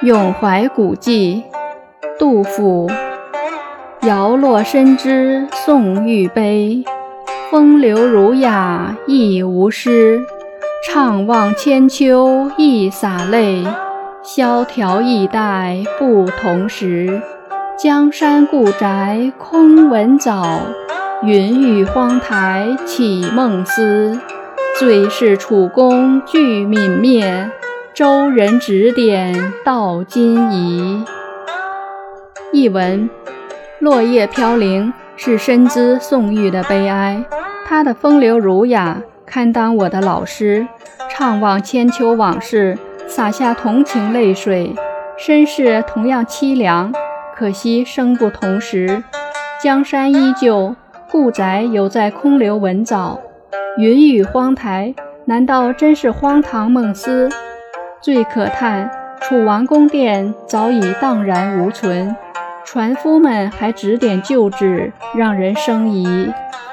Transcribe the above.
咏怀古迹，杜甫。摇落深枝送玉杯，风流儒雅亦无诗。怅望千秋亦洒泪，萧条易代不同时。江山故宅空闻早，云雨荒台起梦思。最是楚宫俱泯灭，周人指点到今宜。译文：落叶飘零是深知宋玉的悲哀，他的风流儒雅堪当我的老师。怅望千秋往事，洒下同情泪水。身世同样凄凉，可惜生不同时。江山依旧，故宅犹在空留文藻。云雨荒台，难道真是荒唐梦思？最可叹，楚王宫殿早已荡然无存，船夫们还指点旧址，让人生疑。